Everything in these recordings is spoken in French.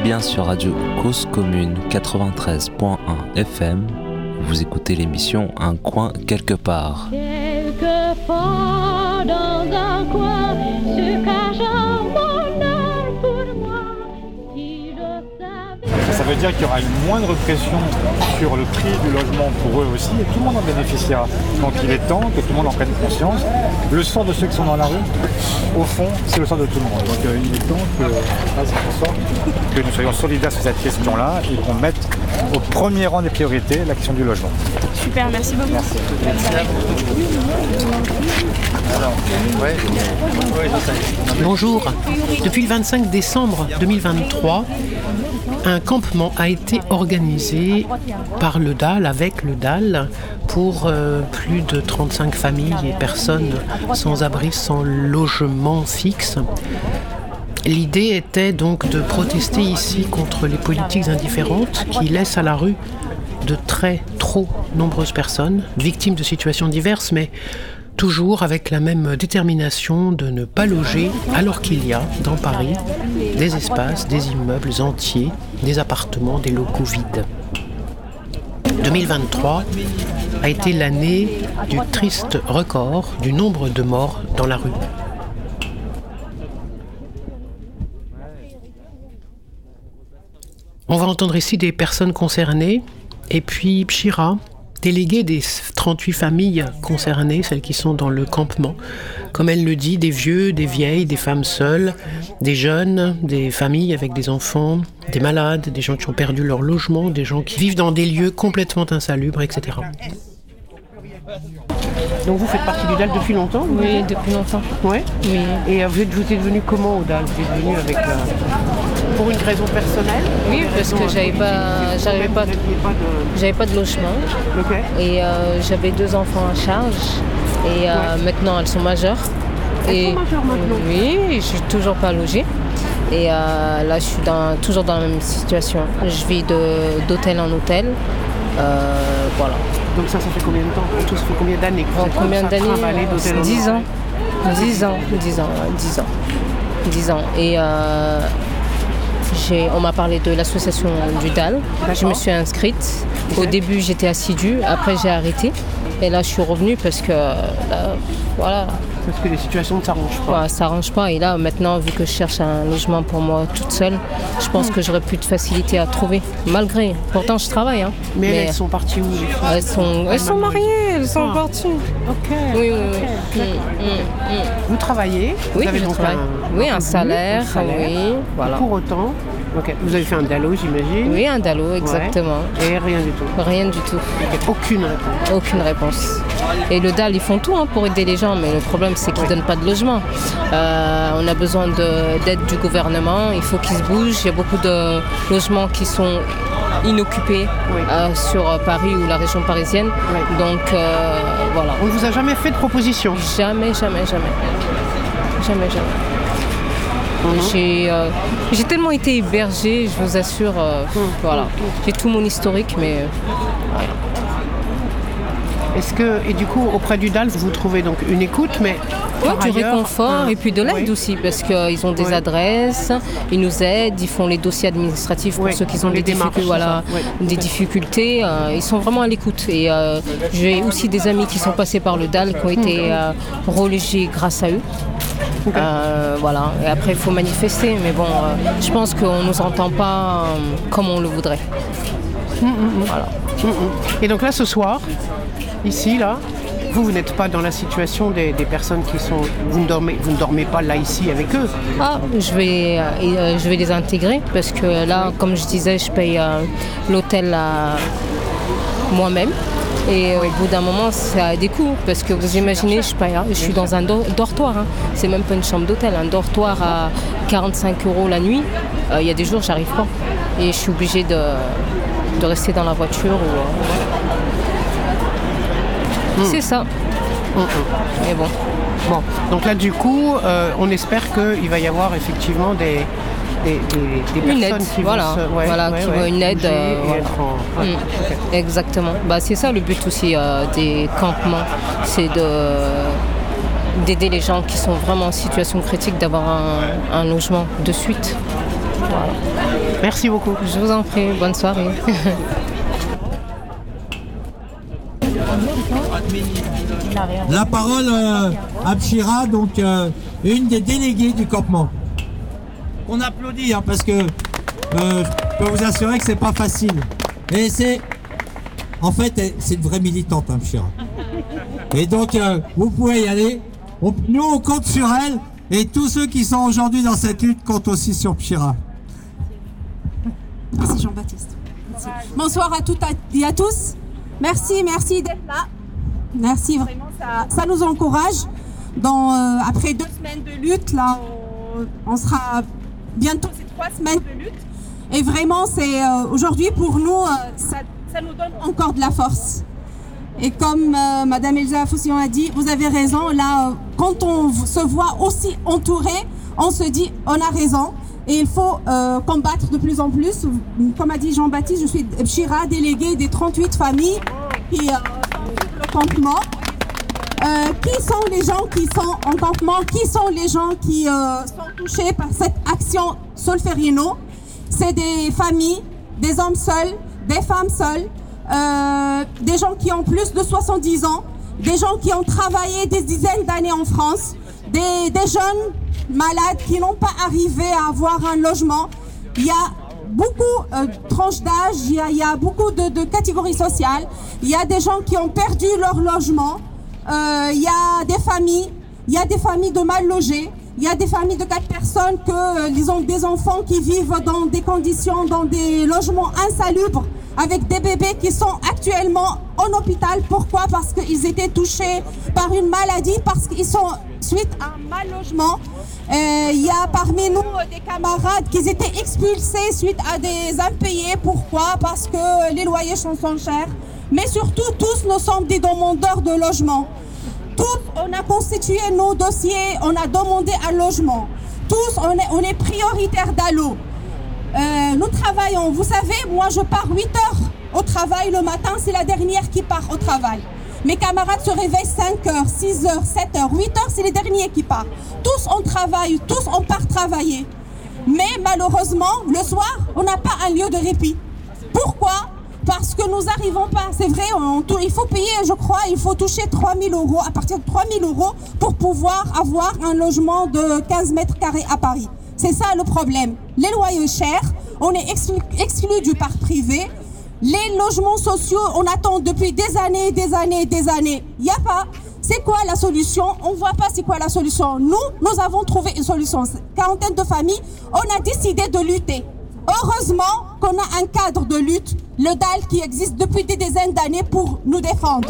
bien sur Radio Cause Commune 93.1 FM. Vous écoutez l'émission Un coin quelque part. Quelque part dans un coin se cache un bonheur pour moi. Si je savais... Ça veut dire qu'il y aura une moindre pression sur le prix du logement pour eux aussi et tout le monde en bénéficiera. Donc il est temps que tout le monde en prenne conscience. Le sort de ceux qui sont dans la rue, au fond, c'est le sort de tout le monde. Donc il est temps que nous soyons solidaires sur cette question-là et qu'on mette au premier rang des priorités la question du logement. Super, merci beaucoup. Merci. Bonjour. Depuis le 25 décembre 2023, un campement a été organisé par le DAL, avec le DAL, pour plus de 35 familles et personnes sans abri, sans logement fixe. L'idée était donc de protester ici contre les politiques indifférentes qui laissent à la rue de trop nombreuses personnes, victimes de situations diverses, mais toujours avec la même détermination de ne pas loger, alors qu'il y a, dans Paris, des espaces, des immeubles entiers, des appartements, des locaux vides. 2023 a été l'année du triste record du nombre de morts dans la rue. On va entendre ici des personnes concernées, et puis Pchira, déléguée des 38 familles concernées, celles qui sont dans le campement. Comme elle le dit, des vieux, des vieilles, des femmes seules, des jeunes, des familles avec des enfants, des malades, des gens qui ont perdu leur logement, des gens qui vivent dans des lieux complètement insalubres, etc. Donc vous faites partie du DAL depuis longtemps ? Oui, depuis longtemps. Ouais. Oui. Et vous êtes venu comment au DAL ? Vous êtes venu avec pour une raison personnelle ? Oui, parce que j'avais pas de logement. Okay. Et j'avais 2 enfants à charge. Et maintenant, elles sont majeures. Elles sont majeures maintenant ? Oui, je suis toujours pas logée. Et là, je suis toujours dans la même situation. Je vis d'hôtel en hôtel. Voilà. Donc ça fait combien de temps ? Ça fait combien d'années que vous êtes Combien d'années ? 10 ans. 10 ans. 10 ans. Et on m'a parlé de l'association du DAL. D'accord. Je me suis inscrite. Au début, j'étais assidue. Après, j'ai arrêté. Et là, je suis revenue parce que voilà. Parce que les situations ne s'arrangent pas. Ouais, ça s'arrange pas. Et là, maintenant, vu que je cherche un logement pour moi toute seule, je pense que j'aurai plus de facilité à trouver. Malgré. Pourtant, je travaille. Hein. Mais elles sont parties où, les filles ? Elles sont mariées. Elles sont parties. Ok. Oui. Vous travaillez ? Oui, vous avez je donc travaille. Un salaire. Oui, voilà. Pour autant, okay. Vous avez fait un DALO, j'imagine ? Oui, un DALO, exactement. Ouais. Et rien du tout ? Rien du tout. Okay. Aucune réponse ? Aucune réponse. Et le DAL, ils font tout pour aider les gens, mais le problème, c'est qu'ils ne donnent pas de logement. On a besoin d'aide du gouvernement, il faut qu'ils se bougent. Il y a beaucoup de logements qui sont inoccupés sur Paris ou la région parisienne. Oui. Donc, voilà. On ne vous a jamais fait de proposition ? Jamais. J'ai tellement été hébergée, je vous assure. Voilà. J'ai tout mon historique, mais voilà. Et du coup, auprès du DAL, vous trouvez donc une écoute, mais du réconfort et puis de l'aide aussi, parce qu'ils ont des adresses, ils nous aident, ils font les dossiers administratifs pour ceux qui ont des difficultés. Ils sont vraiment à l'écoute. Et j'ai aussi des amis qui sont passés par le DAL, qui ont été relogés grâce à eux. Okay. Voilà. Et après, il faut manifester, mais bon, je pense qu'on ne nous entend pas comme on le voudrait. Voilà. Et donc là, ce soir, ici, là, vous n'êtes pas dans la situation des personnes qui sont... Vous ne dormez pas là, ici, avec eux ? Je vais les intégrer, parce que là, comme je disais, je paye l'hôtel moi-même. Et au bout d'un moment, ça a des coûts, parce que vous imaginez, je suis dans un dortoir. C'est même pas une chambre d'hôtel, un dortoir à 45 € la nuit. Il y a des jours, j'arrive pas. Et je suis obligée de rester dans la voiture. C'est ça. Mais bon. Donc là, du coup, on espère qu'il va y avoir effectivement des personnes qui vont une aide. Exactement. C'est ça le but aussi des campements, c'est d'aider les gens qui sont vraiment en situation critique d'avoir un logement de suite. Voilà. Merci beaucoup. Je vous en prie, bonne soirée. La parole à Pchira, donc une des déléguées du campement. On applaudit parce que je peux vous assurer que c'est pas facile. Et en fait, c'est une vraie militante, Pchira. Et donc, vous pouvez y aller. Nous, on compte sur elle. Et tous ceux qui sont aujourd'hui dans cette lutte comptent aussi sur Pchira. Merci Jean-Baptiste. Merci. Bonsoir à toutes et à tous. Merci d'être là. Merci, vraiment, ça nous encourage. Après 2 semaines de lutte, là, on sera bientôt ces 3 semaines de lutte. Et vraiment, c'est aujourd'hui pour nous, ça nous donne encore de la force. Et comme Madame Elsa Foussillon a dit, vous avez raison, là, quand on se voit aussi entouré, on se dit, on a raison. Et il faut combattre de plus en plus. Comme a dit Jean-Baptiste, je suis Pchira, déléguée des 38 familles qui sont le campement. Qui sont les gens qui sont en campement? Qui sont les gens qui sont touchés par cette action Solferino? C'est des familles, des hommes seuls, des femmes seules, des gens qui ont plus de 70 ans, des gens qui ont travaillé des dizaines d'années en France, des jeunes malades qui n'ont pas arrivé à avoir un logement. Il y a beaucoup de tranches d'âge, il y a beaucoup de catégories sociales, il y a des gens qui ont perdu leur logement, il y a des familles de mal logés, il y a des familles de 4 personnes ils ont des enfants qui vivent dans des conditions, dans des logements insalubres, avec des bébés qui sont actuellement en hôpital. Pourquoi? Parce qu'ils étaient touchés par une maladie, parce qu'ils sont suite à un mal logement. Il y a parmi nous des camarades qui étaient expulsés suite à des impayés. Pourquoi? Parce que les loyers sont chers. Mais surtout, tous nous sommes des demandeurs de logement. Tous, on a constitué nos dossiers, on a demandé un logement. Tous, on est prioritaire d'Allo. Nous travaillons, vous savez, moi je pars 8 heures au travail le matin, c'est la dernière qui part au travail. Mes camarades se réveillent 5 heures, 6 heures, 7 heures, 8 heures, c'est les derniers qui partent. Tous on travaille, tous on part travailler. Mais malheureusement, le soir, on n'a pas un lieu de répit. Pourquoi? Parce que nous n'arrivons pas, c'est vrai, il faut payer, je crois, il faut toucher 3 000 €, à partir de 3 000 € pour pouvoir avoir un logement de 15 mètres carrés à Paris. C'est ça le problème. Les loyers chers, on est exclu du parc privé. Les logements sociaux, on attend depuis des années. Il n'y a pas. C'est quoi la solution? On ne voit pas c'est quoi la solution. Nous avons trouvé une solution. Quarantaine de familles, on a décidé de lutter. Heureusement qu'on a un cadre de lutte, le DAL, qui existe depuis des dizaines d'années pour nous défendre.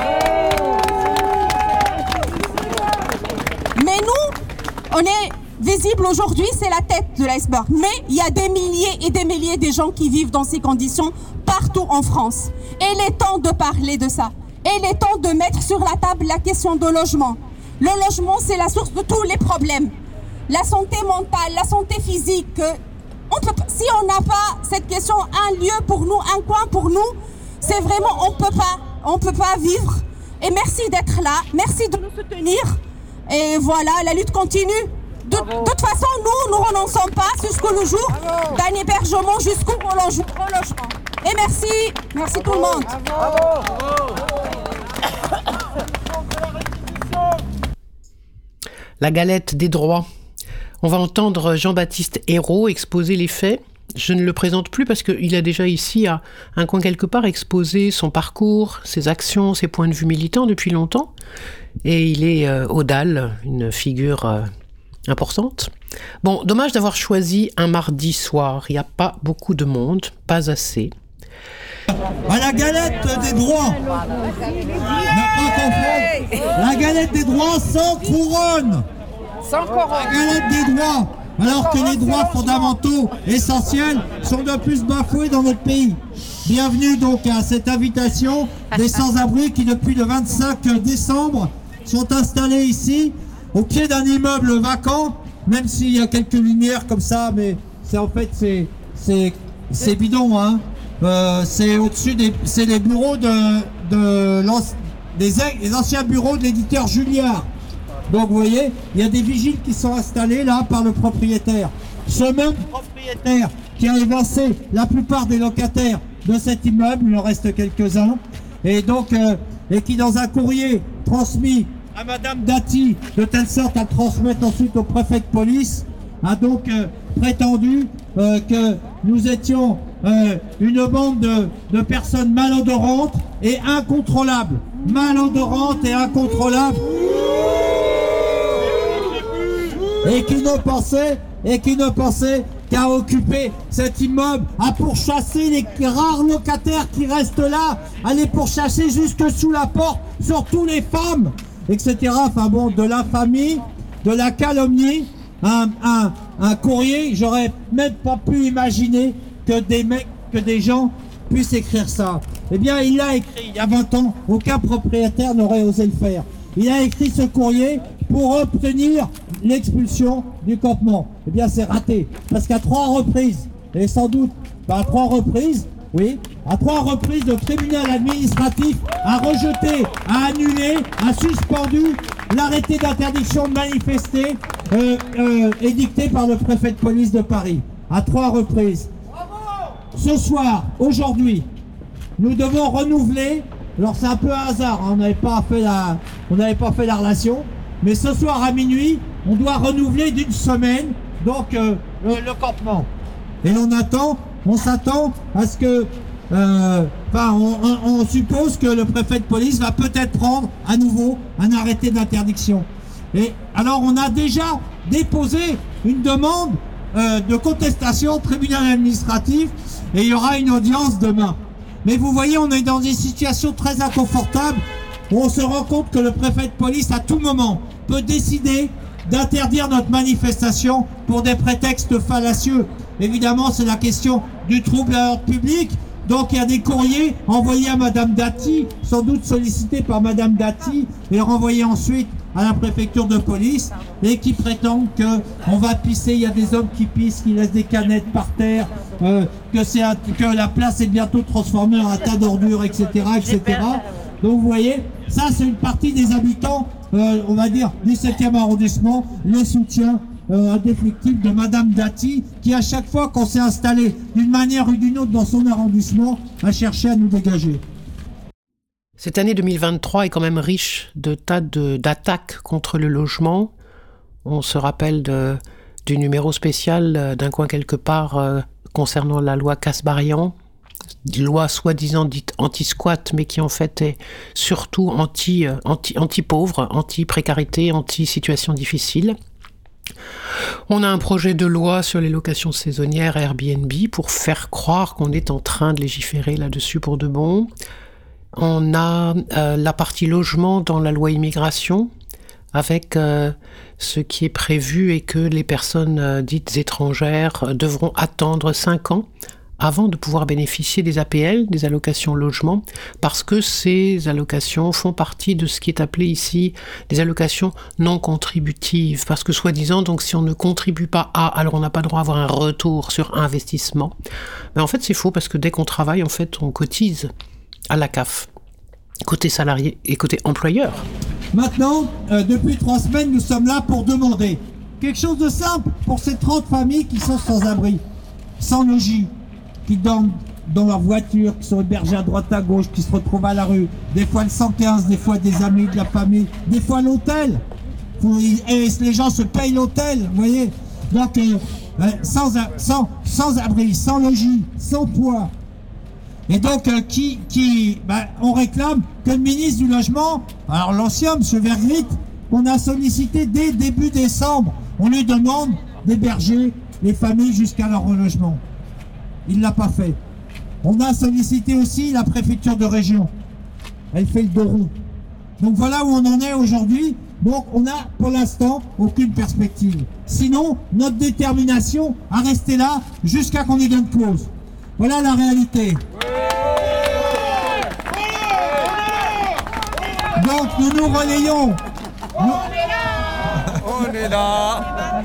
Mais nous, on est visible aujourd'hui, c'est la tête de l'iceberg. Mais il y a des milliers et des milliers de gens qui vivent dans ces conditions partout en France. Et il est temps de parler de ça. Et il est temps de mettre sur la table la question de logement. Le logement, c'est la source de tous les problèmes. La santé mentale, la santé physique. Si on n'a pas cette question, un lieu pour nous, un coin pour nous, c'est vraiment, on peut pas vivre. Et merci d'être là, merci de nous soutenir. Et voilà, la lutte continue. De toute façon, nous ne renonçons pas jusqu'au jour d'un hébergement, jusqu'au relogement. Et merci tout le monde. La galette des droits. On va entendre Jean-Baptiste Hérault exposer les faits. Je ne le présente plus parce qu'il a déjà ici, à un coin quelque part, exposé son parcours, ses actions, ses points de vue militants depuis longtemps. Et il est au DAL, une figure importante. Bon, dommage d'avoir choisi un mardi soir. Il n'y a pas beaucoup de monde, pas assez. À la galette des droits. Ne pas confondre. La galette des droits sans couronne. La galette des droits. Alors que les droits fondamentaux essentiels sont de plus bafoués dans notre pays. Bienvenue donc à cette invitation des sans-abri qui depuis le 25 décembre sont installés ici au pied d'un immeuble vacant, même s'il y a quelques lumières comme ça, mais c'est en fait c'est bidon, hein. C'est au-dessus c'est les bureaux des anciens bureaux de l'éditeur Julliard. Donc vous voyez, il y a des vigiles qui sont installés là par le propriétaire. ce même propriétaire qui a évincé la plupart des locataires de cet immeuble, il en reste quelques-uns, et donc et qui dans un courrier transmis à Madame Dati, de telle sorte à le transmettre ensuite au préfet de police, a donc prétendu que nous étions une bande de personnes malodorantes et incontrôlables. Malodorantes et incontrôlables. Et qui ne pensaient qu'à occuper cet immeuble, à pourchasser les rares locataires qui restent là, à les pourchasser jusque sous la porte, surtout les femmes, etc. Enfin bon, de l'infamie, de la calomnie, un courrier, j'aurais même pas pu imaginer que des gens puissent écrire ça. Eh bien, il l'a écrit il y a 20 ans, aucun propriétaire n'aurait osé le faire. Il a écrit ce courrier pour obtenir l'expulsion du campement. Eh bien, c'est raté, parce qu'à 3 reprises, et sans doute, à 3 reprises, oui, à 3 reprises, le tribunal administratif a rejeté, a annulé, a suspendu l'arrêté d'interdiction de manifester édicté par le préfet de police de Paris. À 3 reprises. Ce soir, aujourd'hui, nous devons renouveler. Alors c'est un peu un hasard, hein, on n'avait pas fait la relation, mais ce soir à minuit, on doit renouveler d'une semaine donc le campement. Et on s'attend à ce que, on suppose que le préfet de police va peut-être prendre à nouveau un arrêté d'interdiction. Et alors on a déjà déposé une demande de contestation au tribunal administratif et il y aura une audience demain. Mais vous voyez, on est dans une situation très inconfortable où on se rend compte que le préfet de police, à tout moment, peut décider d'interdire notre manifestation pour des prétextes fallacieux. Évidemment, c'est la question du trouble à l'ordre public. Donc, il y a des courriers envoyés à Madame Dati, sans doute sollicités par Madame Dati, et renvoyés ensuite à la préfecture de police, et qui prétendent qu'on va pisser, il y a des hommes qui pissent, qui laissent des canettes par terre, que la place est bientôt transformée en un tas d'ordures, etc., etc. Donc vous voyez, ça c'est une partie des habitants, on va dire, du 7e arrondissement, les soutiens indéfectibles de Madame Dati, qui à chaque fois qu'on s'est installé d'une manière ou d'une autre dans son arrondissement, a cherché à nous dégager. Cette année 2023 est quand même riche de tas d'attaques contre le logement. On se rappelle du numéro spécial d'un coin quelque part concernant la loi Kasbarian, loi soi-disant dite anti-squat, mais qui en fait est surtout anti-pauvre, anti-précarité, anti-situation difficile. On a un projet de loi sur les locations saisonnières Airbnb pour faire croire qu'on est en train de légiférer là-dessus pour de bon. On a la partie logement dans la loi immigration, avec ce qui est prévu et que les personnes dites étrangères devront attendre 5 ans avant de pouvoir bénéficier des APL, des allocations logement, parce que ces allocations font partie de ce qui est appelé ici des allocations non contributives, parce que soi-disant, donc si on ne contribue pas alors on n'a pas droit à avoir un retour sur investissement. Mais en fait c'est faux, parce que dès qu'on travaille, en fait on cotise à la CAF, côté salarié et côté employeur. Maintenant, depuis 3 semaines, nous sommes là pour demander quelque chose de simple pour ces 30 familles qui sont sans abri, sans logis, qui dorment dans leur voiture, qui sont hébergés à droite à gauche, qui se retrouvent à la rue, des fois le 115, des fois des amis de la famille, des fois l'hôtel. Et les gens se payent l'hôtel, vous voyez. Donc, sans abri, sans logis, sans toit. Et donc, on réclame que le ministre du Logement, alors l'ancien, M. Vergrit, on a sollicité dès début décembre, on lui demande d'héberger les familles jusqu'à leur relogement. Il ne l'a pas fait. On a sollicité aussi la préfecture de région. Elle fait le dos rond. Donc voilà où on en est aujourd'hui. Donc on n'a pour l'instant aucune perspective. Sinon, notre détermination à rester là jusqu'à qu'on ait gain de cause. Voilà la réalité. Donc nous nous relayons. On est là.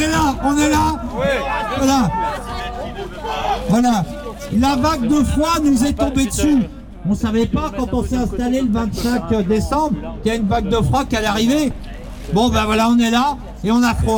Voilà. La vague de froid nous est tombée dessus. On ne savait pas quand on s'est installé le 25 décembre qu'il y a une vague de froid qui allait arriver. Bon ben voilà, on est là et on a froid.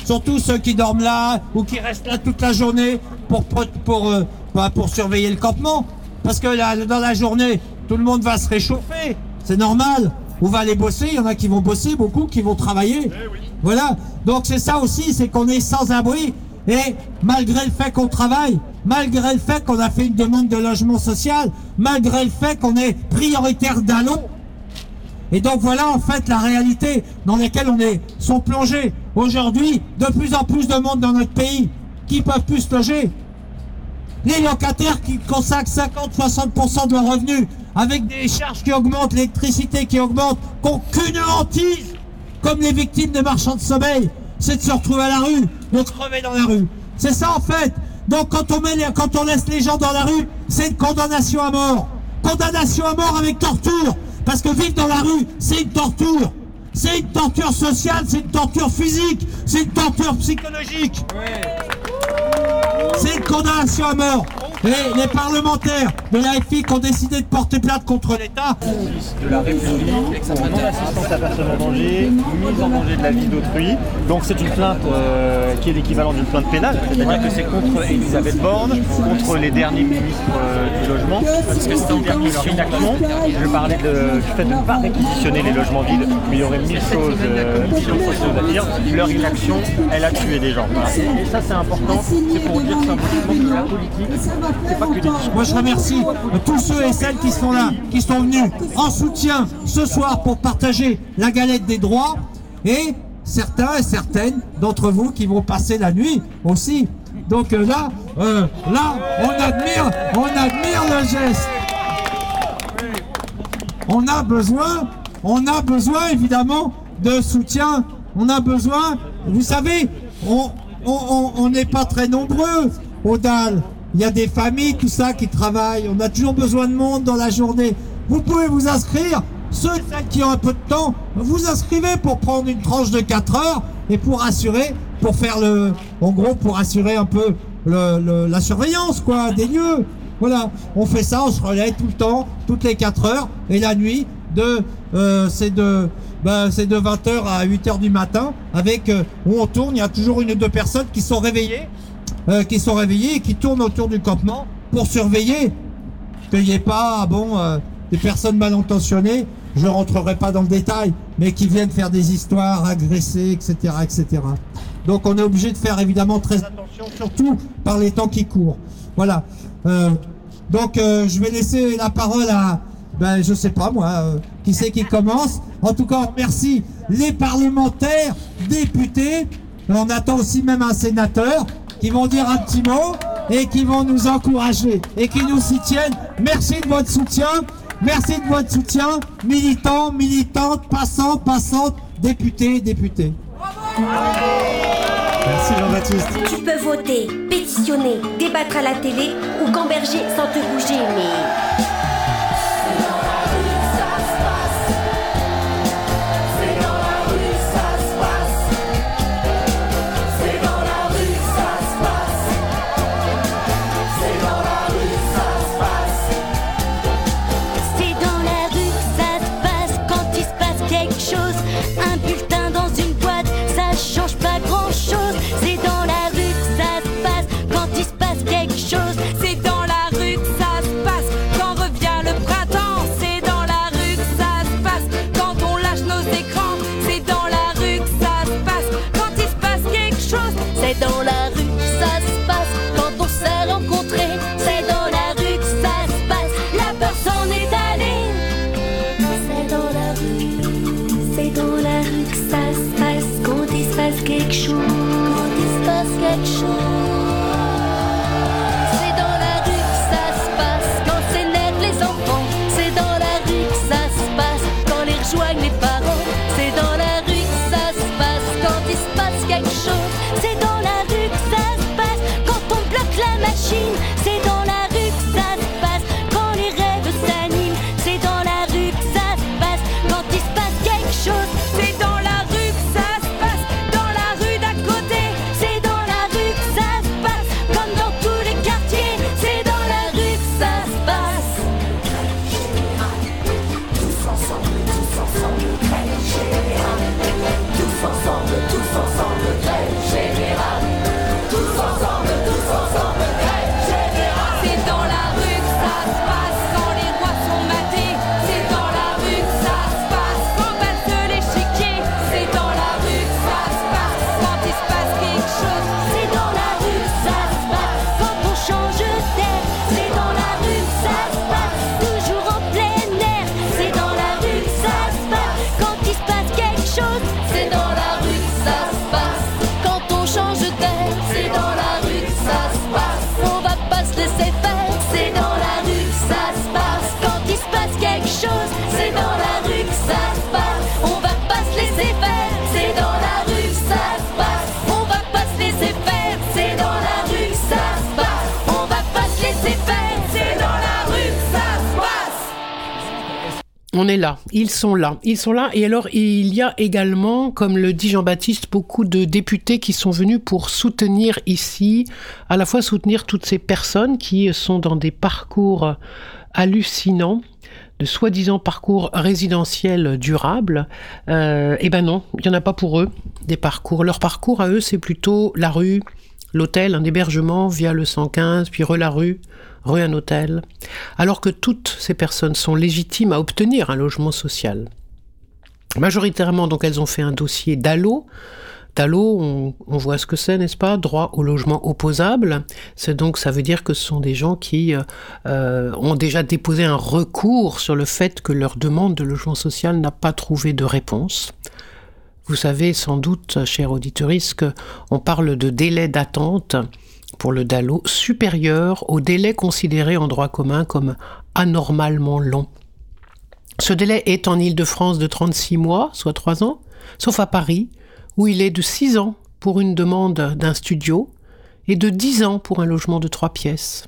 surtout ceux qui dorment là ou qui restent là toute la journée pour surveiller le campement. Parce que là, dans la journée, tout le monde va se réchauffer, c'est normal. On va aller bosser, il y en a qui vont bosser, beaucoup qui vont travailler. Voilà, donc c'est ça aussi, c'est qu'on est sans abri. Et malgré le fait qu'on travaille, malgré le fait qu'on a fait une demande de logement social, malgré le fait qu'on est prioritaire d'allô. Et donc voilà en fait la réalité dans laquelle sont plongés. Aujourd'hui, de plus en plus de monde dans notre pays qui peuvent plus se loger. Les locataires qui consacrent 50-60% de leurs revenus, avec des charges qui augmentent, l'électricité qui augmente, qu'on qu'une hantise, comme les victimes des marchands de sommeil, c'est de se retrouver à la rue, de crever dans la rue. C'est ça en fait. Donc quand on laisse les gens dans la rue, c'est une condamnation à mort. Condamnation à mort avec torture. Parce que vivre dans la rue, c'est une torture. C'est une torture sociale, c'est une torture physique, c'est une torture psychologique. C'est une condamnation à mort. Et les parlementaires de la FI qui ont décidé de porter plainte contre l'État. De la République pour non-assistance à personne en danger, mise en danger de la vie d'autrui. Donc c'est une plainte qui est l'équivalent d'une plainte pénale, c'est-à-dire que c'est contre Elisabeth Borne, contre les derniers ministres du logement, parce que c'est-à-dire que leur inaction, je parlais du fait de ne pas réquisitionner les logements vides, mais il y aurait mille choses à dire. Leur inaction, elle a tué des gens. Voilà. Et ça c'est important, c'est pour dire symboliquement que la politique, c'est pas que des discours. Moi je remercie tous ceux et celles qui sont là, qui sont venus en soutien ce soir pour partager la galette des droits, et certains et certaines d'entre vous qui vont passer la nuit aussi. Donc là, on admire le geste. On a besoin évidemment de soutien. On a besoin, vous savez, on n'est pas très nombreux au DAL. Il y a des familles, tout ça, qui travaillent. On a toujours besoin de monde dans la journée. Vous pouvez vous inscrire. Ceux et celles qui ont un peu de temps, vous inscrivez pour prendre une tranche de 4 heures et pour assurer, pour assurer un peu la surveillance, quoi, des lieux. Voilà. On fait ça, on se relaie tout le temps, toutes les 4 heures. Et la nuit, c'est de 20h à 8h du matin, où on tourne. Il y a toujours une ou deux personnes qui sont réveillées. Et qui tournent autour du campement pour surveiller qu'il n'y ait pas des personnes mal intentionnées, je ne rentrerai pas dans le détail, mais qui viennent faire des histoires, agresser, etc., etc. Donc on est obligé de faire évidemment très attention, surtout par les temps qui courent. Voilà. Je vais laisser la parole à, je sais pas moi, qui c'est qui commence. En tout cas, merci les parlementaires, députés. On attend aussi même un sénateur qui vont dire un petit mot et qui vont nous encourager et qui nous soutiennent. Merci de votre soutien. Merci de votre soutien, militants, militantes, passants, passantes, députés, députés. Merci Jean-Baptiste. Tu peux voter, pétitionner, débattre à la télé ou gamberger sans te bouger, mais... Un bulletin dans une boîte, ça change pas grand chose. C'est dans la rue que ça se passe quand il se passe quelque chose. C'est dans la rue que ça se passe quand revient le printemps. C'est dans la rue que ça se passe quand on lâche nos écrans. C'est dans la rue que ça se passe quand il se passe quelque chose. C'est dans la rue que ça se passe quand on s'est rencontrés. C'est dans la rue que ça se passe, la peur s'en est allée. C'est dans la rue. C'est dans la rue que ça se passe quand il se passe quelque chose. Quand il se passe quelque chose. C'est dans la rue que ça se passe quand s'énervent les enfants. C'est dans la rue que ça se passe quand les rejoignent les parents. C'est dans la rue que ça se passe quand il se passe quelque chose. C'est dans la rue que ça se passe quand on bloque la machine. C'est dans la rue que ça se passe quand les rêves s'animent. C'est dans la rue que ça se passe quand il se passe quelque chose. C'est dans la rue que ça se passe, dans la rue d'à côté. C'est dans la rue que ça on est là, ils sont là. Et alors, il y a également, comme le dit Jean-Baptiste, beaucoup de députés qui sont venus pour soutenir ici, à la fois soutenir toutes ces personnes qui sont dans des parcours hallucinants, de soi-disant parcours résidentiels durables. Eh ben non, il n'y en a pas pour eux, des parcours. Leur parcours à eux, c'est plutôt la rue, l'hôtel, un hébergement via le 115, puis la rue un hôtel. Alors que toutes ces personnes sont légitimes à obtenir un logement social. Majoritairement, donc, elles ont fait un dossier DALO. DALO, on voit ce que c'est, n'est-ce pas? Droit au logement opposable. Ça veut dire que ce sont des gens qui ont déjà déposé un recours sur le fait que leur demande de logement social n'a pas trouvé de réponse. Vous savez sans doute, chers auditeurs, qu'on parle de délai d'attente pour le DALO supérieur au délai considéré en droit commun comme anormalement long. Ce délai est en Île-de-France de 36 mois, soit 3 ans, sauf à Paris, où il est de 6 ans pour une demande d'un studio et de 10 ans pour un logement de 3 pièces.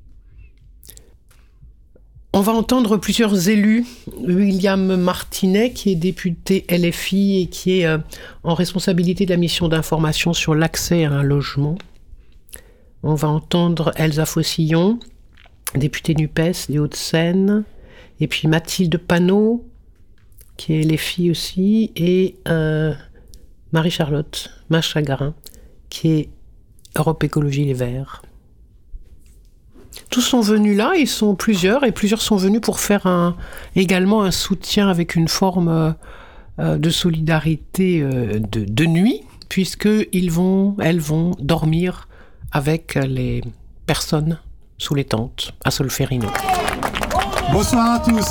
On va entendre plusieurs élus. William Martinet, qui est député LFI et qui est en responsabilité de la mission d'information sur l'accès à un logement. On va entendre Elsa Fossillon, députée NUPES des Hauts-de-Seine, et puis Mathilde Panot, qui est LFI aussi, et Marie-Charlotte Machagarin, qui est Europe Écologie Les Verts. Tous sont venus là, ils sont plusieurs, et plusieurs sont venus pour faire également un soutien avec une forme de solidarité de nuit, puisqu'elles vont dormir avec les personnes sous les tentes à Solferino. Bonsoir à tous.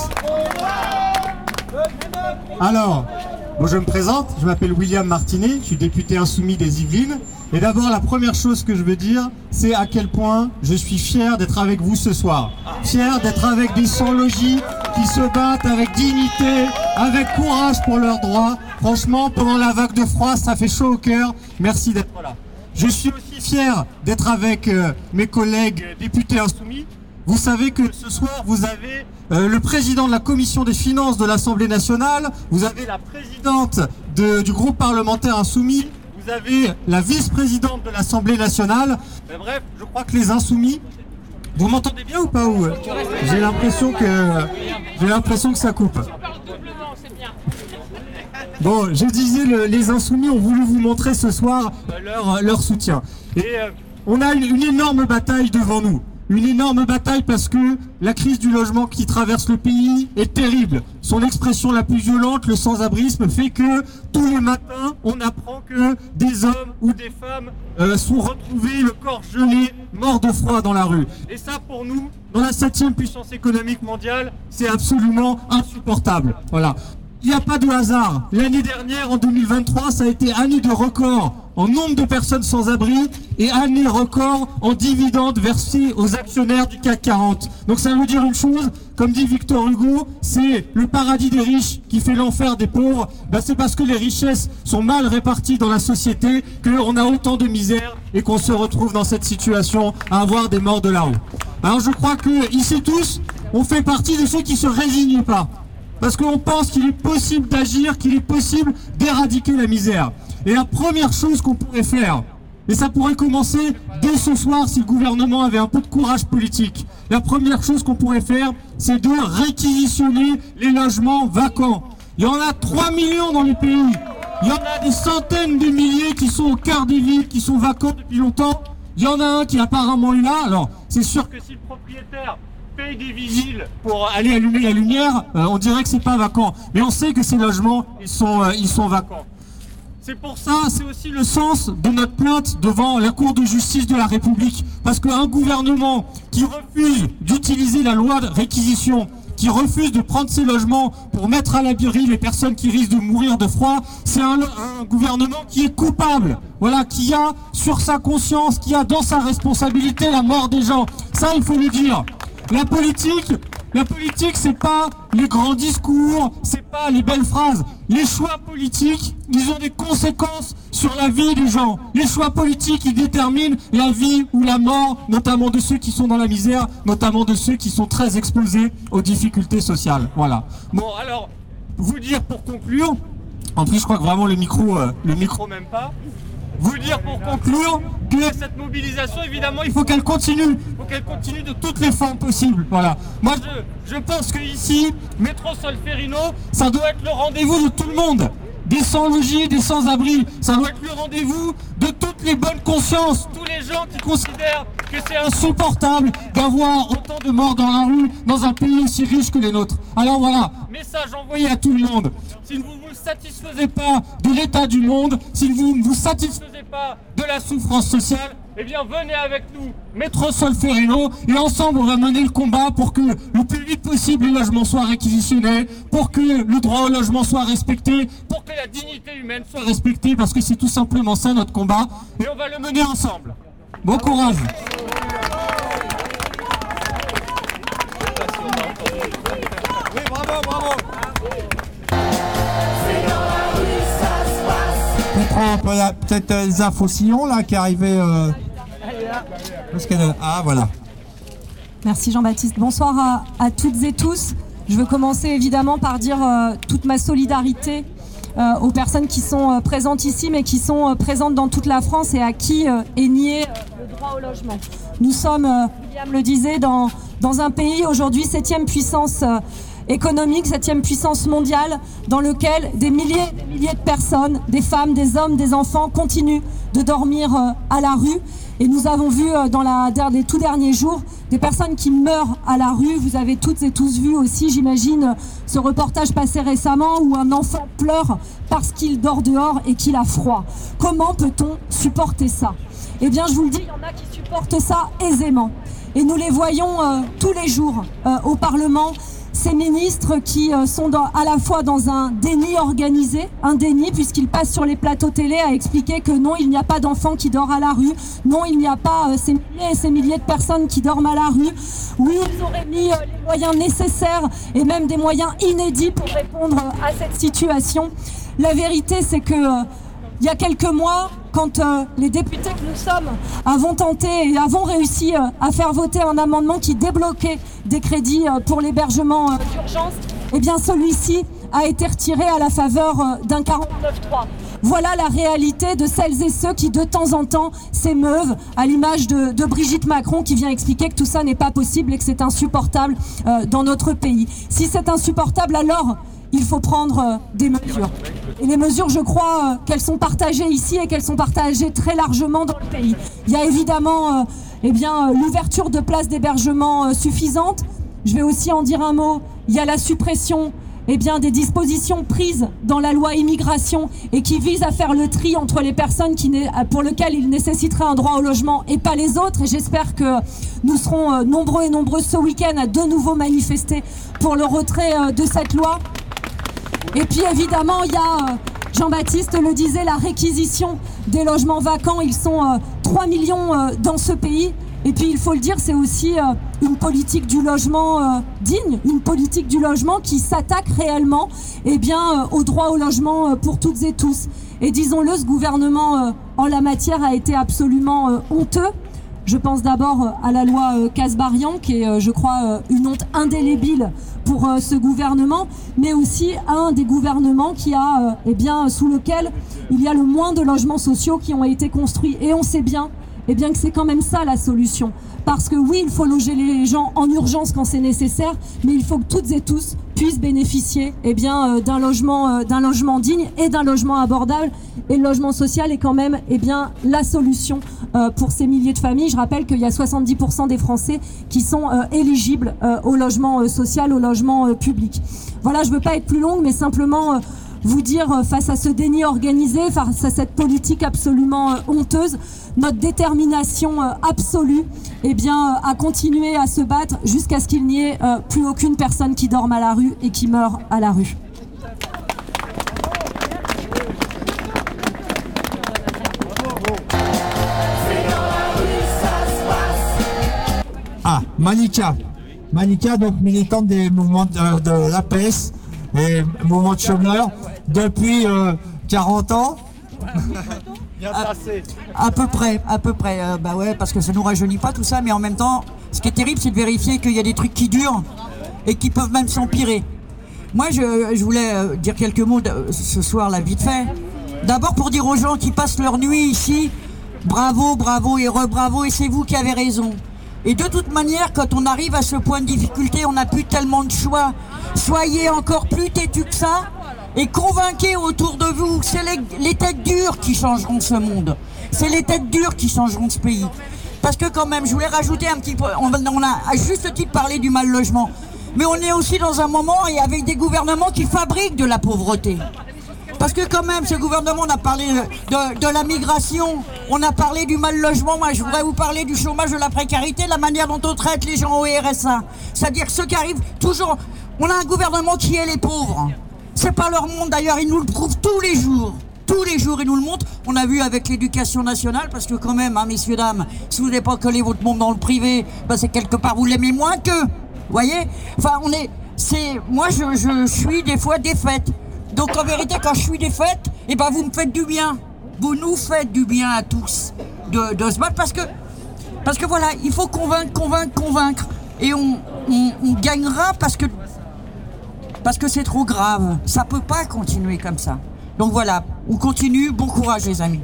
Alors, je me présente, je m'appelle William Martinet, je suis député insoumis des Yvelines. Et d'abord, la première chose que je veux dire, c'est à quel point je suis fier d'être avec vous ce soir. Fier d'être avec des sans-logis qui se battent avec dignité, avec courage pour leurs droits. Franchement, pendant la vague de froid, ça fait chaud au cœur. Merci d'être là. Je suis aussi fier d'être avec mes collègues députés insoumis. Vous savez que ce soir, vous avez le président de la commission des finances de l'Assemblée nationale, vous avez la présidente du groupe parlementaire insoumis, vous avez la vice-présidente de l'Assemblée nationale. Bref, je crois que les insoumis, vous m'entendez bien ou pas? J'ai l'impression que ça coupe. Bon, je disais, les insoumis ont voulu vous montrer ce soir leur soutien. Et on a une énorme bataille devant nous. Une énorme bataille parce que la crise du logement qui traverse le pays est terrible. Son expression la plus violente, le sans-abrisme, fait que tous les matins, on apprend que des hommes ou des femmes sont retrouvés, le corps gelé, morts de froid dans la rue. Et ça, pour nous, dans la 7e puissance économique mondiale, c'est absolument insupportable. Voilà. Il n'y a pas de hasard. L'année dernière, en 2023, ça a été année de record en nombre de personnes sans abri et année record en dividendes versés aux actionnaires du CAC 40. Donc ça veut dire une chose, comme dit Victor Hugo, c'est le paradis des riches qui fait l'enfer des pauvres. C'est parce que les richesses sont mal réparties dans la société qu'on a autant de misère et qu'on se retrouve dans cette situation à avoir des morts de la rue. Alors je crois que ici tous, on fait partie de ceux qui ne se résignent pas. Parce qu'on pense qu'il est possible d'agir, qu'il est possible d'éradiquer la misère. Et la première chose qu'on pourrait faire, et ça pourrait commencer dès ce soir si le gouvernement avait un peu de courage politique, la première chose qu'on pourrait faire, c'est de réquisitionner les logements vacants. Il y en a 3 millions dans les pays. Il y en a des centaines de milliers qui sont au cœur des villes, qui sont vacants depuis longtemps. Il y en a un qui apparemment est là. Alors, c'est sûr que si le propriétaire paye des vigiles pour aller allumer la lumière, on dirait que c'est pas vacant. Mais on sait que ces logements, ils sont vacants. C'est pour ça, c'est aussi le sens de notre plainte devant la Cour de justice de la République. Parce qu'un gouvernement qui refuse d'utiliser la loi de réquisition, qui refuse de prendre ces logements pour mettre à l'abri les personnes qui risquent de mourir de froid, c'est un gouvernement qui est coupable. Voilà, qui a sur sa conscience, qui a dans sa responsabilité la mort des gens. Ça, il faut le dire. La politique, La politique, c'est pas les grands discours, c'est pas les belles phrases. Les choix politiques, ils ont des conséquences sur la vie des gens. Les choix politiques, ils déterminent la vie ou la mort, notamment de ceux qui sont dans la misère, notamment de ceux qui sont très exposés aux difficultés sociales. Voilà. Bon, alors, vous dire pour conclure, en plus je crois que vraiment le micro même pas. Vous dire pour conclure que cette mobilisation, évidemment, il faut qu'elle continue. Il faut qu'elle continue de toutes les formes possibles. Voilà. Moi, je pense que ici, Métro Solferino, ça doit être le rendez-vous de tout le monde. Des sans-logis, des sans-abri. Ça doit être le rendez-vous de toutes les bonnes consciences. Tous les gens qui considèrent que c'est insupportable d'avoir autant de morts dans la rue dans un pays aussi riche que les nôtres. Alors voilà, message envoyé à tout le monde. Si vous ne vous satisfaisez pas de l'état du monde, si vous ne vous satisfaisez pas de la souffrance sociale, eh bien venez avec nous, Métro Solferino, et ensemble on va mener le combat pour que le plus vite possible les logements soient réquisitionnés, pour que le droit au logement soit respecté, pour que la dignité humaine soit respectée, parce que c'est tout simplement ça notre combat, et on va le mener ensemble. Bon courage. Oui, bravo, bravo. On prend peut-être Elsa Faucillon là qui est arrivée. Ah voilà. Merci Jean-Baptiste. Bonsoir à toutes et tous. Je veux commencer évidemment par dire toute ma solidarité aux personnes qui sont présentes ici, mais qui sont présentes dans toute la France et à qui est nié le droit au logement. Nous sommes, William le disait, dans un pays aujourd'hui 7e puissance économique, 7e puissance mondiale, dans lequel des milliers de personnes, des femmes, des hommes, des enfants continuent de dormir à la rue. Et nous avons vu dans les tout derniers jours des personnes qui meurent à la rue. Vous avez toutes et tous vu aussi, j'imagine, ce reportage passé récemment où un enfant pleure parce qu'il dort dehors et qu'il a froid. Comment peut-on supporter ça? Eh bien, je vous le dis, il y en a qui supportent ça aisément. Et nous les voyons tous les jours au Parlement. Ces ministres qui sont à la fois dans un déni organisé, un déni puisqu'ils passent sur les plateaux télé à expliquer que non, il n'y a pas d'enfants qui dorment à la rue, non, il n'y a pas ces milliers et ces milliers de personnes qui dorment à la rue. Oui, ils auraient mis les moyens nécessaires et même des moyens inédits pour répondre à cette situation. La vérité, c'est que il y a quelques mois, quand les députés que nous sommes avons tenté et avons réussi à faire voter un amendement qui débloquait des crédits pour l'hébergement d'urgence, eh bien celui-ci a été retiré à la faveur d'un 49.3. Voilà la réalité de celles et ceux qui de temps en temps s'émeuvent, à l'image de Brigitte Macron qui vient expliquer que tout ça n'est pas possible et que c'est insupportable dans notre pays. Si c'est insupportable, alors il faut prendre des mesures. Et les mesures, je crois qu'elles sont partagées ici et qu'elles sont partagées très largement dans le pays. Il y a évidemment l'ouverture de places d'hébergement suffisantes. Je vais aussi en dire un mot. Il y a la suppression des dispositions prises dans la loi immigration et qui visent à faire le tri entre les personnes pour lesquelles il nécessiterait un droit au logement et pas les autres. Et j'espère que nous serons nombreux et nombreuses ce week-end à de nouveau manifester pour le retrait de cette loi. Et puis évidemment, il y a, Jean-Baptiste le disait, la réquisition des logements vacants. Ils sont 3 millions dans ce pays. Et puis il faut le dire, c'est aussi une politique du logement digne, une politique du logement qui s'attaque réellement au droit au logement pour toutes et tous. Et disons-le, ce gouvernement en la matière a été absolument honteux. Je pense d'abord à la loi Kasbarian, qui est, je crois, une honte indélébile pour ce gouvernement, mais aussi un des gouvernements qui a, sous lequel il y a le moins de logements sociaux qui ont été construits. Et on sait bien, que c'est quand même ça la solution. Parce que oui, il faut loger les gens en urgence quand c'est nécessaire, mais il faut que toutes et tous puissent bénéficier d'un logement digne et d'un logement abordable. Et le logement social est quand même la solution pour ces milliers de familles. Je rappelle qu'il y a 70% des Français qui sont éligibles au logement social, au logement public. Voilà, je ne veux pas être plus longue, mais simplement vous dire, face à ce déni organisé, face à cette politique absolument honteuse, notre détermination absolue à continuer à se battre jusqu'à ce qu'il n'y ait plus aucune personne qui dorme à la rue et qui meurt à la rue. Ah, Manika, Manika, donc militante des mouvements de l'APS et mouvement de chômeurs depuis 40 ans. À peu près. Bah ouais, parce que ça nous rajeunit pas tout ça, mais en même temps, ce qui est terrible, c'est de vérifier qu'il y a des trucs qui durent et qui peuvent même s'empirer. Moi, je voulais dire quelques mots ce soir, là, vite fait. D'abord pour dire aux gens qui passent leur nuit ici, bravo et re-bravo, et c'est vous qui avez raison. Et de toute manière, quand on arrive à ce point de difficulté, on n'a plus tellement de choix. Soyez encore plus têtus que ça et convainquez autour de vous que c'est les têtes dures qui changeront ce monde. C'est les têtes dures qui changeront ce pays. Parce que quand même, je voulais rajouter un petit peu, on a à juste titre parlé du mal logement. Mais on est aussi dans un moment et avec des gouvernements qui fabriquent de la pauvreté. Parce que quand même, ce gouvernement, on a parlé de la migration, on a parlé du mal logement. Moi, je voudrais vous parler du chômage, de la précarité, de la manière dont on traite les gens au RSA. C'est-à-dire que ceux qui arrivent toujours... On a un gouvernement qui est les pauvres. C'est pas leur monde d'ailleurs, ils nous le prouvent tous les jours. Tous les jours, ils nous le montrent. On a vu avec l'éducation nationale, parce que quand même, hein, messieurs, dames, si vous n'avez pas collé votre monde dans le privé, ben c'est quelque part, vous l'aimez moins qu'eux. Vous voyez? Enfin, moi, je suis des fois défaite. Donc en vérité, quand je suis défaite, eh ben, vous me faites du bien. Vous nous faites du bien à tous de se battre parce que voilà, il faut convaincre. Et on gagnera parce que c'est trop grave. Ça peut pas continuer comme ça. Donc voilà, on continue. Bon courage les amis.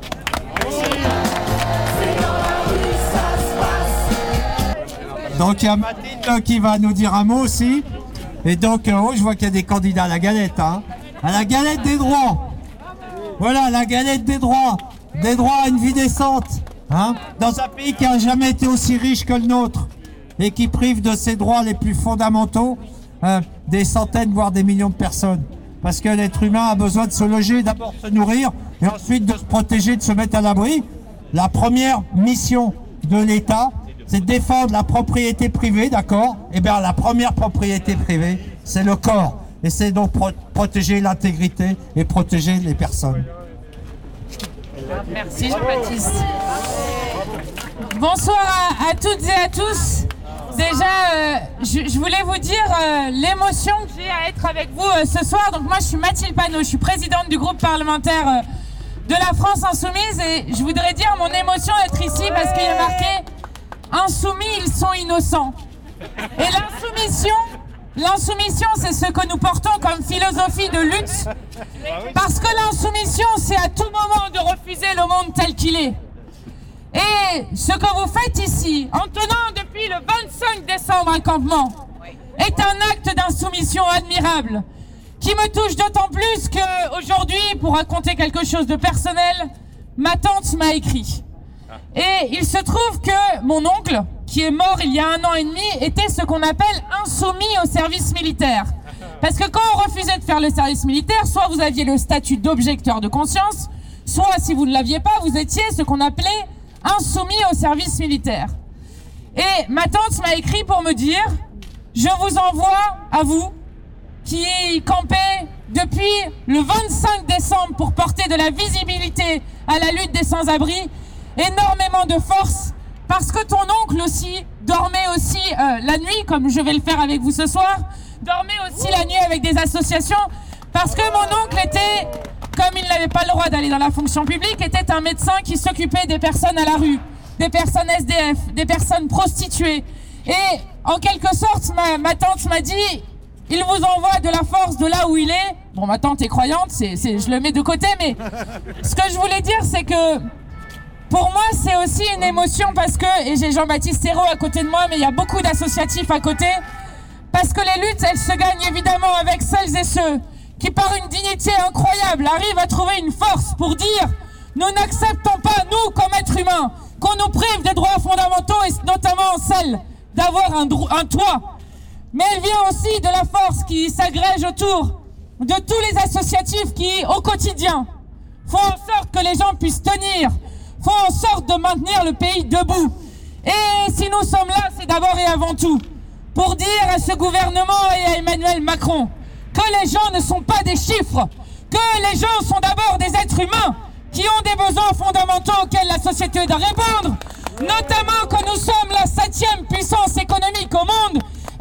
Donc il y a Mathilde qui va nous dire un mot aussi. Et donc je vois qu'il y a des candidats à la galette, hein. À la galette des droits. Voilà, la galette des droits. Des droits à une vie décente, hein. Dans un pays qui n'a jamais été aussi riche que le nôtre et qui prive de ses droits les plus fondamentaux des centaines, voire des millions de personnes. Parce que l'être humain a besoin de se loger, d'abord se nourrir et ensuite de se protéger, de se mettre à l'abri. La première mission de l'État, c'est de défendre la propriété privée, d'accord? Eh bien, la première propriété privée, c'est le corps. Et c'est donc protéger l'intégrité et protéger les personnes. Merci Jean-Baptiste. Bonsoir à toutes et à tous. Déjà, je voulais vous dire l'émotion que j'ai à être avec vous ce soir. Donc moi, je suis Mathilde Panot, je suis présidente du groupe parlementaire de la France Insoumise. Et je voudrais dire mon émotion d'être ici parce qu'il y a marqué « Insoumis, ils sont innocents ». Et l'insoumission, c'est ce que nous portons comme philosophie de lutte. Parce que l'insoumission, c'est à tout moment de refuser le monde tel qu'il est. Et ce que vous faites ici, en tenant depuis le 25 décembre un campement, est un acte d'insoumission admirable, qui me touche d'autant plus qu'aujourd'hui, pour raconter quelque chose de personnel, ma tante m'a écrit. Et il se trouve que mon oncle, qui est mort il y a 1 an et demi, était ce qu'on appelle insoumis au service militaire. Parce que quand on refusait de faire le service militaire, soit vous aviez le statut d'objecteur de conscience, soit si vous ne l'aviez pas, vous étiez ce qu'on appelait insoumis au service militaire. Et ma tante m'a écrit pour me dire « Je vous envoie, à vous, qui campez depuis le 25 décembre pour porter de la visibilité à la lutte des sans-abri, énormément de force, parce que ton oncle aussi dormait aussi la nuit, comme je vais le faire avec vous ce soir, dormait aussi la nuit avec des associations, parce que mon oncle était, comme il n'avait pas le droit d'aller dans la fonction publique, était un médecin qui s'occupait des personnes à la rue, des personnes SDF, des personnes prostituées. Et en quelque sorte, ma tante m'a dit, il vous envoie de la force de là où il est. Bon, ma tante est croyante, je le mets de côté, mais ce que je voulais dire, c'est que pour moi, c'est aussi une émotion parce que, et j'ai Jean-Baptiste Hérault à côté de moi, mais il y a beaucoup d'associatifs à côté, parce que les luttes, elles se gagnent évidemment avec celles et ceux qui, par une dignité incroyable, arrivent à trouver une force pour dire « Nous n'acceptons pas, nous, comme êtres humains, qu'on nous prive des droits fondamentaux, et notamment celle d'avoir un toit. » Mais elle vient aussi de la force qui s'agrège autour de tous les associatifs qui, au quotidien, font en sorte que les gens puissent tenir, font en sorte de maintenir le pays debout. Et si nous sommes là, c'est d'abord et avant tout pour dire à ce gouvernement et à Emmanuel Macron que les gens ne sont pas des chiffres, que les gens sont d'abord des êtres humains qui ont des besoins fondamentaux auxquels la société doit répondre, notamment que nous sommes la 7e puissance économique au monde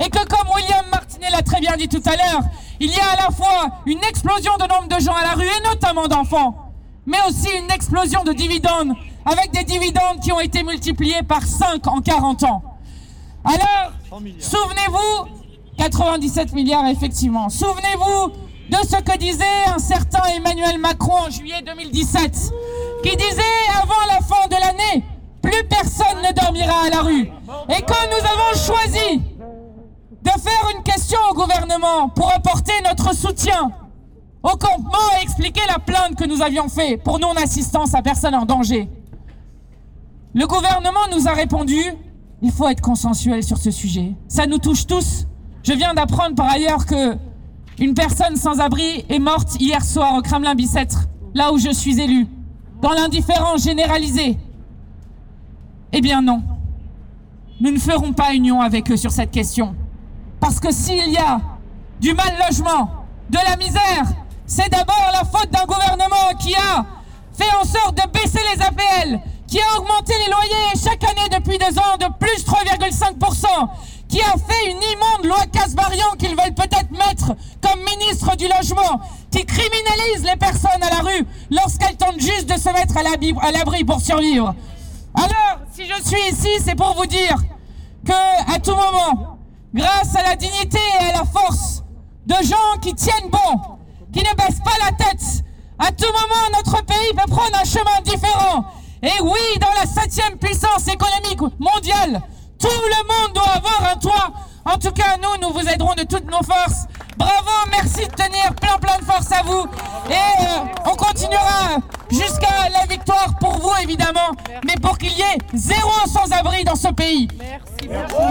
Et que comme William Martinet l'a très bien dit tout à l'heure, il y a à la fois une explosion de nombre de gens à la rue, et notamment d'enfants, mais aussi une explosion de dividendes, avec des dividendes qui ont été multipliés par 5 en 40 ans. Alors, souvenez-vous, 97 milliards effectivement, souvenez-vous de ce que disait un certain Emmanuel Macron en juillet 2017, qui disait avant la fin de l'année, plus personne ne dormira à la rue. Et quand nous avons choisi de faire une question au gouvernement pour apporter notre soutien au campement et expliquer la plainte que nous avions fait pour non-assistance à personne en danger, le gouvernement nous a répondu: il faut être consensuel sur ce sujet. Ça nous touche tous. Je viens d'apprendre par ailleurs que une personne sans abri est morte hier soir au Kremlin-Bicêtre, là où je suis élu, dans l'indifférence généralisée. Eh bien non, nous ne ferons pas union avec eux sur cette question. Parce que s'il y a du mal-logement, de la misère, c'est d'abord la faute d'un gouvernement qui a fait en sorte de baisser les APL, qui a augmenté les loyers chaque année depuis 2 ans de plus 3,5%, qui a fait une immonde loi Casbarian qu'ils veulent peut-être mettre comme ministre du logement, qui criminalise les personnes à la rue lorsqu'elles tentent juste de se mettre à l'abri pour survivre. Alors, si je suis ici, c'est pour vous dire que, à tout moment, grâce à la dignité et à la force de gens qui tiennent bon, qui ne baissent pas la tête, à tout moment, notre pays peut prendre un chemin différent. Et oui, dans la 7e puissance économique mondiale, tout le monde doit avoir un toit. En tout cas, nous vous aiderons de toutes nos forces. Bravo, merci de tenir plein de force à vous. Et on continuera jusqu'à la victoire pour vous, évidemment, mais pour qu'il y ait 0 sans-abri dans ce pays. Merci beaucoup.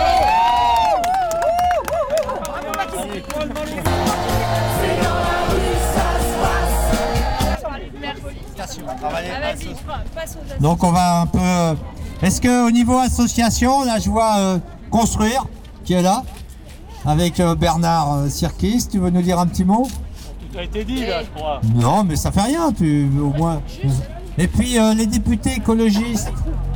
Donc on va un peu... Est-ce qu'au niveau association, là je vois Construire qui est là, avec Bernard Sirkis, tu veux nous dire un petit mot? Tout a été dit là, je crois. Non, mais ça fait rien, au moins. Et puis les députés écologistes.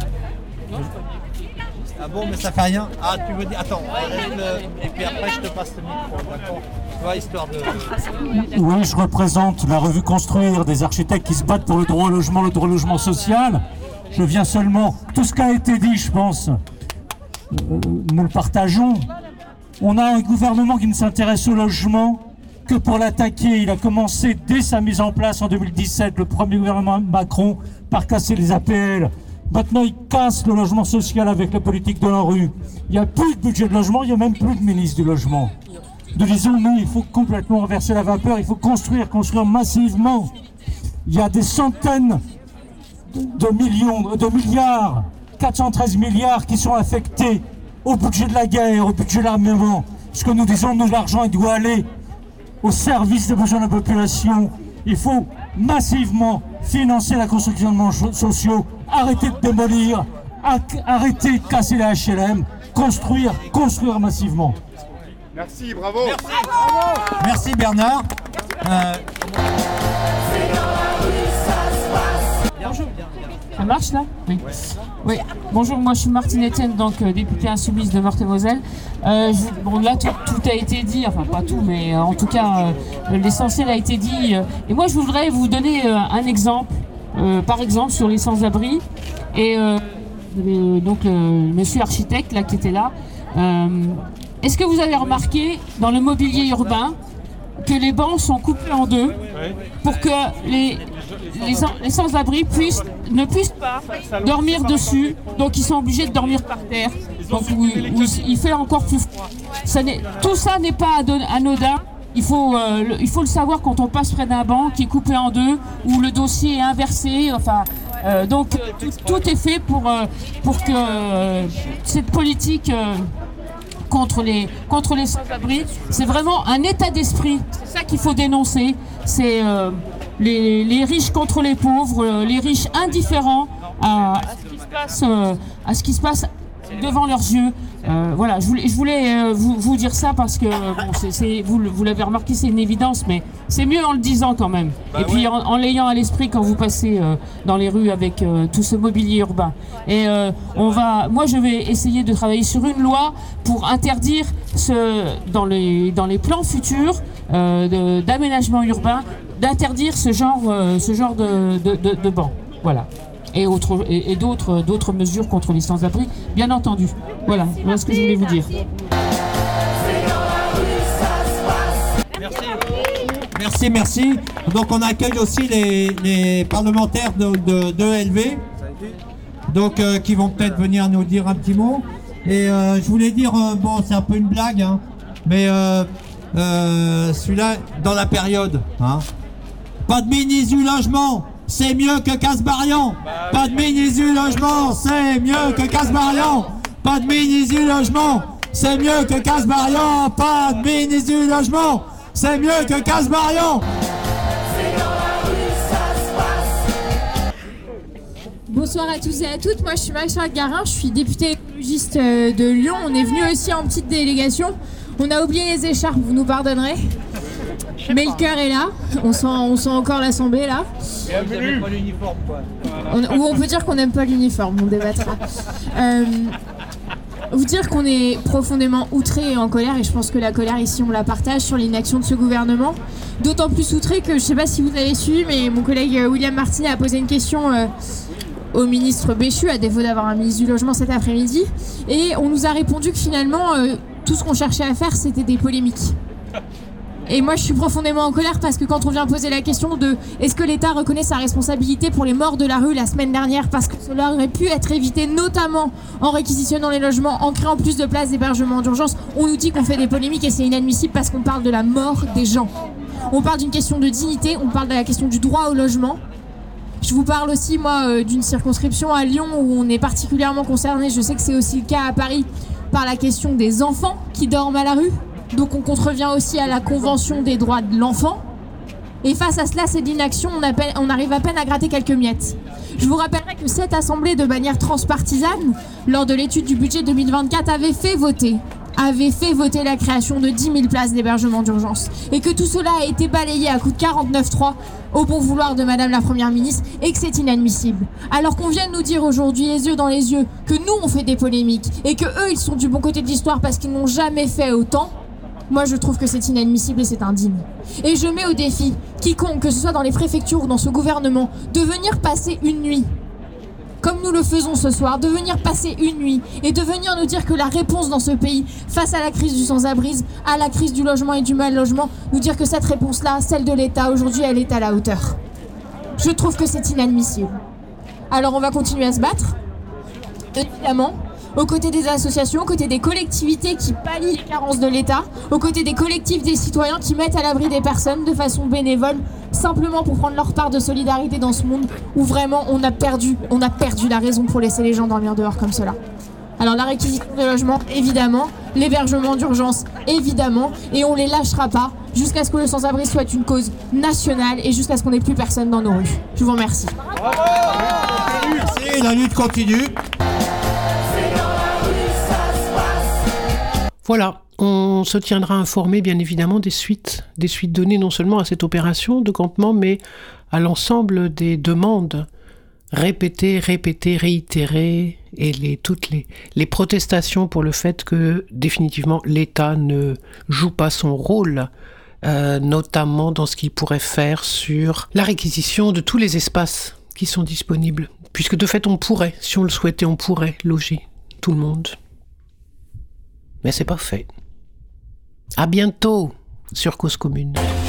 Ah bon, mais ça fait rien. Ah, tu veux dire... Attends, et puis après je te passe le micro, d'accord? Tu vois, histoire de... Oui, je représente la revue Construire, des architectes qui se battent pour le droit au logement social. Je viens seulement... Tout ce qui a été dit, je pense, nous le partageons. On a un gouvernement qui ne s'intéresse au logement que pour l'attaquer. Il a commencé dès sa mise en place en 2017, le premier gouvernement Macron, par casser les APL. Maintenant, il casse le logement social avec la politique de la rue. Il n'y a plus de budget de logement, il n'y a même plus de ministre du logement. Nous disons, non, il faut complètement renverser la vapeur, il faut construire massivement. Il y a des centaines de milliards, 413 milliards qui sont affectés au budget de la guerre, au budget de l'armement. Ce que nous disons, nous, l'argent, il doit aller au service des besoins de la population. Il faut massivement financer la construction de logements sociaux, arrêter de démolir, arrêter de casser les HLM, construire massivement. Merci, bravo. Merci, bravo. Merci Bernard. Bonjour. Ça marche là? Oui. Oui. Bonjour, moi je suis Martine Etienne, donc députée insoumise de Meurthe-et-Moselle. Bon là tout a été dit, enfin pas tout, mais en tout cas l'essentiel a été dit. Et moi je voudrais vous donner un exemple, par exemple sur les sans-abri. Et donc le monsieur architecte là qui était là. Est-ce que vous avez remarqué dans le mobilier urbain que les bancs sont coupés en deux pour que les sans-abri ne puissent pas dormir dessus, donc ils sont obligés de dormir par terre, donc il fait encore plus froid. Tout ça n'est pas anodin, il faut le savoir quand on passe près d'un banc qui est coupé en deux, où le dossier est inversé, enfin, donc tout est fait pour que cette politique... contre les sans-abri, c'est vraiment un état d'esprit. C'est ça qu'il faut dénoncer. C'est les riches contre les pauvres, les riches indifférents à ce qui se passe devant leurs yeux. Voilà, je voulais vous dire ça parce que bon, vous l'avez remarqué, c'est une évidence, mais c'est mieux en le disant quand même. Et puis en l'ayant à l'esprit quand vous passez dans les rues avec tout ce mobilier urbain. Et moi je vais essayer de travailler sur une loi pour interdire dans les plans futurs d'aménagement urbain, d'interdire ce genre de bancs. Voilà. Et d'autres mesures contre les sans-abri, bien entendu. Voilà ce que je voulais vous dire. Merci. Donc on accueille aussi les parlementaires de LV, donc qui vont peut-être venir nous dire un petit mot. Et je voulais dire, bon, c'est un peu une blague, hein, mais celui-là, dans la période, hein, pas de ministre du logement, c'est mieux que Casbarian. Pas de ministre du logement, c'est mieux que Casbarian. Pas de ministre du logement, c'est mieux que Casbarian. Pas de ministre du logement, c'est mieux que Casbarian. Bonsoir à tous et à toutes, moi je suis Marie-Charlotte Garin, je suis députée écologiste de Lyon. On est venu aussi en petite délégation. On a oublié les écharpes, vous nous pardonnerez. Mais le cœur est là, on sent encore l'assemblée là. Ou on peut dire qu'on n'aime pas l'uniforme, on débattra. Vous dire qu'on est profondément outré et en colère, et je pense que la colère ici on la partage sur l'inaction de ce gouvernement. D'autant plus outré que je ne sais pas si vous avez suivi, mais mon collègue William Martinet a posé une question au ministre Béchu, à défaut d'avoir un ministre du logement cet après-midi, et on nous a répondu que finalement tout ce qu'on cherchait à faire c'était des polémiques. Et moi je suis profondément en colère parce que quand on vient poser la question de est-ce que l'État reconnaît sa responsabilité pour les morts de la rue la semaine dernière, parce que cela aurait pu être évité notamment en réquisitionnant les logements, en créant plus de places d'hébergement d'urgence, on nous dit qu'on fait des polémiques et c'est inadmissible parce qu'on parle de la mort des gens. On parle d'une question de dignité, on parle de la question du droit au logement. Je vous parle aussi moi d'une circonscription à Lyon où on est particulièrement concerné, je sais que c'est aussi le cas à Paris, par la question des enfants qui dorment à la rue. Donc on contrevient aussi à la Convention des droits de l'enfant. Et face à cela, c'est de l'inaction, on arrive à peine à gratter quelques miettes. Je vous rappellerai que cette assemblée, de manière transpartisane, lors de l'étude du budget 2024, avait fait voter la création de 10 000 places d'hébergement d'urgence. Et que tout cela a été balayé à coup de 49.3 au bon vouloir de Madame la Première ministre et que c'est inadmissible. Alors qu'on vient de nous dire aujourd'hui, les yeux dans les yeux, que nous on fait des polémiques et que eux ils sont du bon côté de l'histoire parce qu'ils n'ont jamais fait autant. Moi, je trouve que c'est inadmissible et c'est indigne. Et je mets au défi quiconque, que ce soit dans les préfectures ou dans ce gouvernement, de venir passer une nuit, comme nous le faisons ce soir, de venir passer une nuit et de venir nous dire que la réponse dans ce pays, face à la crise du sans-abrisme, à la crise du logement et du mal-logement, nous dire que cette réponse-là, celle de l'État, aujourd'hui, elle est à la hauteur. Je trouve que c'est inadmissible. Alors, on va continuer à se battre, évidemment, aux côtés des associations, aux côtés des collectivités qui pallient les carences de l'État, aux côtés des collectifs des citoyens qui mettent à l'abri des personnes de façon bénévole, simplement pour prendre leur part de solidarité dans ce monde où vraiment on a perdu la raison pour laisser les gens dormir dehors comme cela. Alors la réquisition de logements, évidemment, l'hébergement d'urgence, évidemment, et on les lâchera pas jusqu'à ce que le sans-abri soit une cause nationale et jusqu'à ce qu'on n'ait plus personne dans nos rues. Je vous remercie. Merci, la lutte continue. Voilà, on se tiendra informé bien évidemment des suites données non seulement à cette opération de campement, mais à l'ensemble des demandes répétées, réitérées, et toutes les protestations pour le fait que définitivement l'État ne joue pas son rôle, notamment dans ce qu'il pourrait faire sur la réquisition de tous les espaces qui sont disponibles. Puisque de fait on pourrait, si on le souhaitait, on pourrait loger tout le monde. Mais c'est pas fait. À bientôt sur Cause Commune.